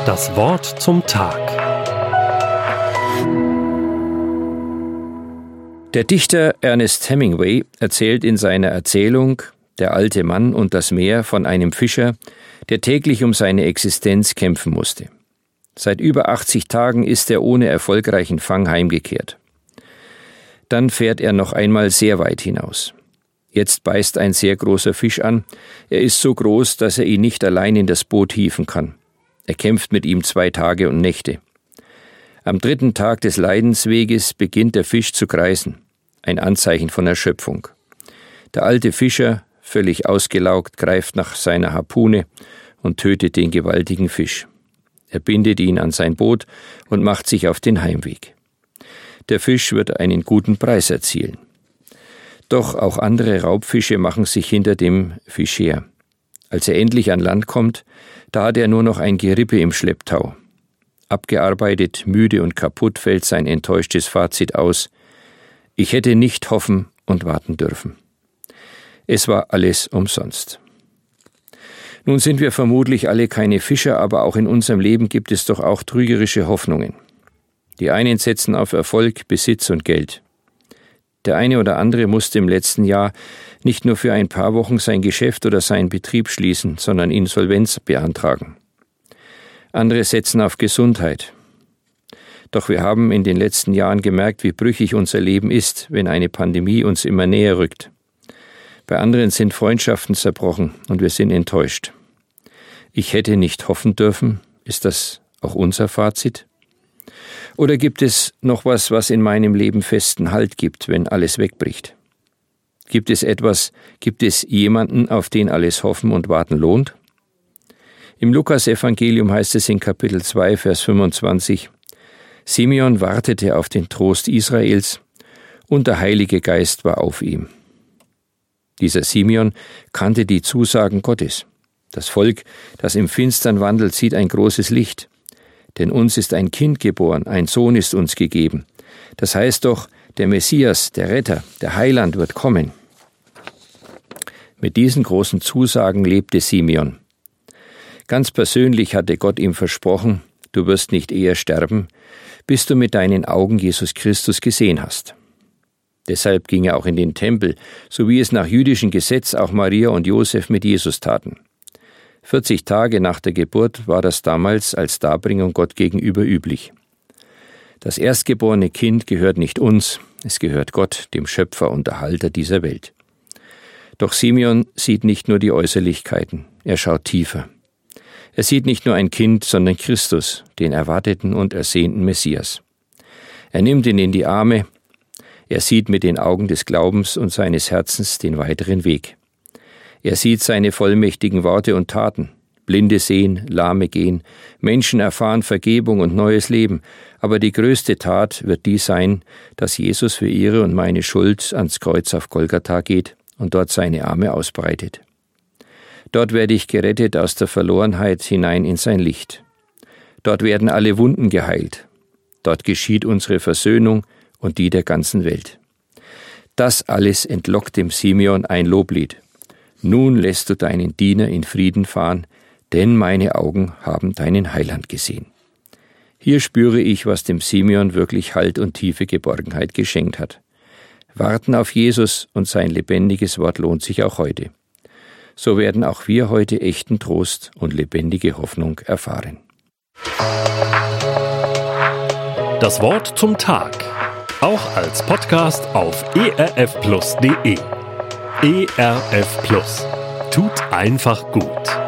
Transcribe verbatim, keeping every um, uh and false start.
Das Wort zum Tag. Der Dichter Ernest Hemingway erzählt in seiner Erzählung »Der alte Mann und das Meer« von einem Fischer, der täglich um seine Existenz kämpfen musste. Seit über achtzig Tagen ist er ohne erfolgreichen Fang heimgekehrt. Dann fährt er noch einmal sehr weit hinaus. Jetzt beißt ein sehr großer Fisch an. Er ist so groß, dass er ihn nicht allein in das Boot hieven kann. Er kämpft mit ihm zwei Tage und Nächte. Am dritten Tag des Leidensweges beginnt der Fisch zu kreisen, ein Anzeichen von Erschöpfung. Der alte Fischer, völlig ausgelaugt, greift nach seiner Harpune und tötet den gewaltigen Fisch. Er bindet ihn an sein Boot und macht sich auf den Heimweg. Der Fisch wird einen guten Preis erzielen. Doch auch andere Raubfische machen sich hinter dem Fisch her. Als er endlich an Land kommt, da hat er nur noch ein Gerippe im Schlepptau. Abgearbeitet, müde und kaputt fällt sein enttäuschtes Fazit aus: Ich hätte nicht hoffen und warten dürfen. Es war alles umsonst. Nun sind wir vermutlich alle keine Fischer, aber auch in unserem Leben gibt es doch auch trügerische Hoffnungen. Die einen setzen auf Erfolg, Besitz und Geld. Der eine oder andere musste im letzten Jahr nicht nur für ein paar Wochen sein Geschäft oder seinen Betrieb schließen, sondern Insolvenz beantragen. Andere setzen auf Gesundheit. Doch wir haben in den letzten Jahren gemerkt, wie brüchig unser Leben ist, wenn eine Pandemie uns immer näher rückt. Bei anderen sind Freundschaften zerbrochen und wir sind enttäuscht. Ich hätte nicht hoffen dürfen. Ist das auch unser Fazit? Oder gibt es noch was, was in meinem Leben festen Halt gibt, wenn alles wegbricht? Gibt es etwas, gibt es jemanden, auf den alles Hoffen und Warten lohnt? Im Lukas-Evangelium heißt es in Kapitel zwei, Vers fünfundzwanzig: Simeon wartete auf den Trost Israels und der Heilige Geist war auf ihm. Dieser Simeon kannte die Zusagen Gottes. Das Volk, das im Finstern wandelt, sieht ein großes Licht. Denn uns ist ein Kind geboren, ein Sohn ist uns gegeben. Das heißt doch, der Messias, der Retter, der Heiland wird kommen. Mit diesen großen Zusagen lebte Simeon. Ganz persönlich hatte Gott ihm versprochen: Du wirst nicht eher sterben, bis du mit deinen Augen Jesus Christus gesehen hast. Deshalb ging er auch in den Tempel, so wie es nach jüdischem Gesetz auch Maria und Josef mit Jesus taten. vierzig Tage nach der Geburt war das damals als Darbringung Gott gegenüber üblich. Das erstgeborene Kind gehört nicht uns, es gehört Gott, dem Schöpfer und Erhalter dieser Welt. Doch Simeon sieht nicht nur die Äußerlichkeiten, er schaut tiefer. Er sieht nicht nur ein Kind, sondern Christus, den erwarteten und ersehnten Messias. Er nimmt ihn in die Arme, er sieht mit den Augen des Glaubens und seines Herzens den weiteren Weg. Er sieht seine vollmächtigen Worte und Taten. Blinde sehen, Lahme gehen, Menschen erfahren Vergebung und neues Leben. Aber die größte Tat wird die sein, dass Jesus für ihre und meine Schuld ans Kreuz auf Golgatha geht und dort seine Arme ausbreitet. Dort werde ich gerettet aus der Verlorenheit hinein in sein Licht. Dort werden alle Wunden geheilt. Dort geschieht unsere Versöhnung und die der ganzen Welt. Das alles entlockt dem Simeon ein Loblied. Nun lässt du deinen Diener in Frieden fahren, denn meine Augen haben deinen Heiland gesehen. Hier spüre ich, was dem Simeon wirklich Halt und tiefe Geborgenheit geschenkt hat. Warten auf Jesus und sein lebendiges Wort lohnt sich auch heute. So werden auch wir heute echten Trost und lebendige Hoffnung erfahren. Das Wort zum Tag. Auch als Podcast auf e r f plus punkt d e. E R F Plus. Tut einfach gut.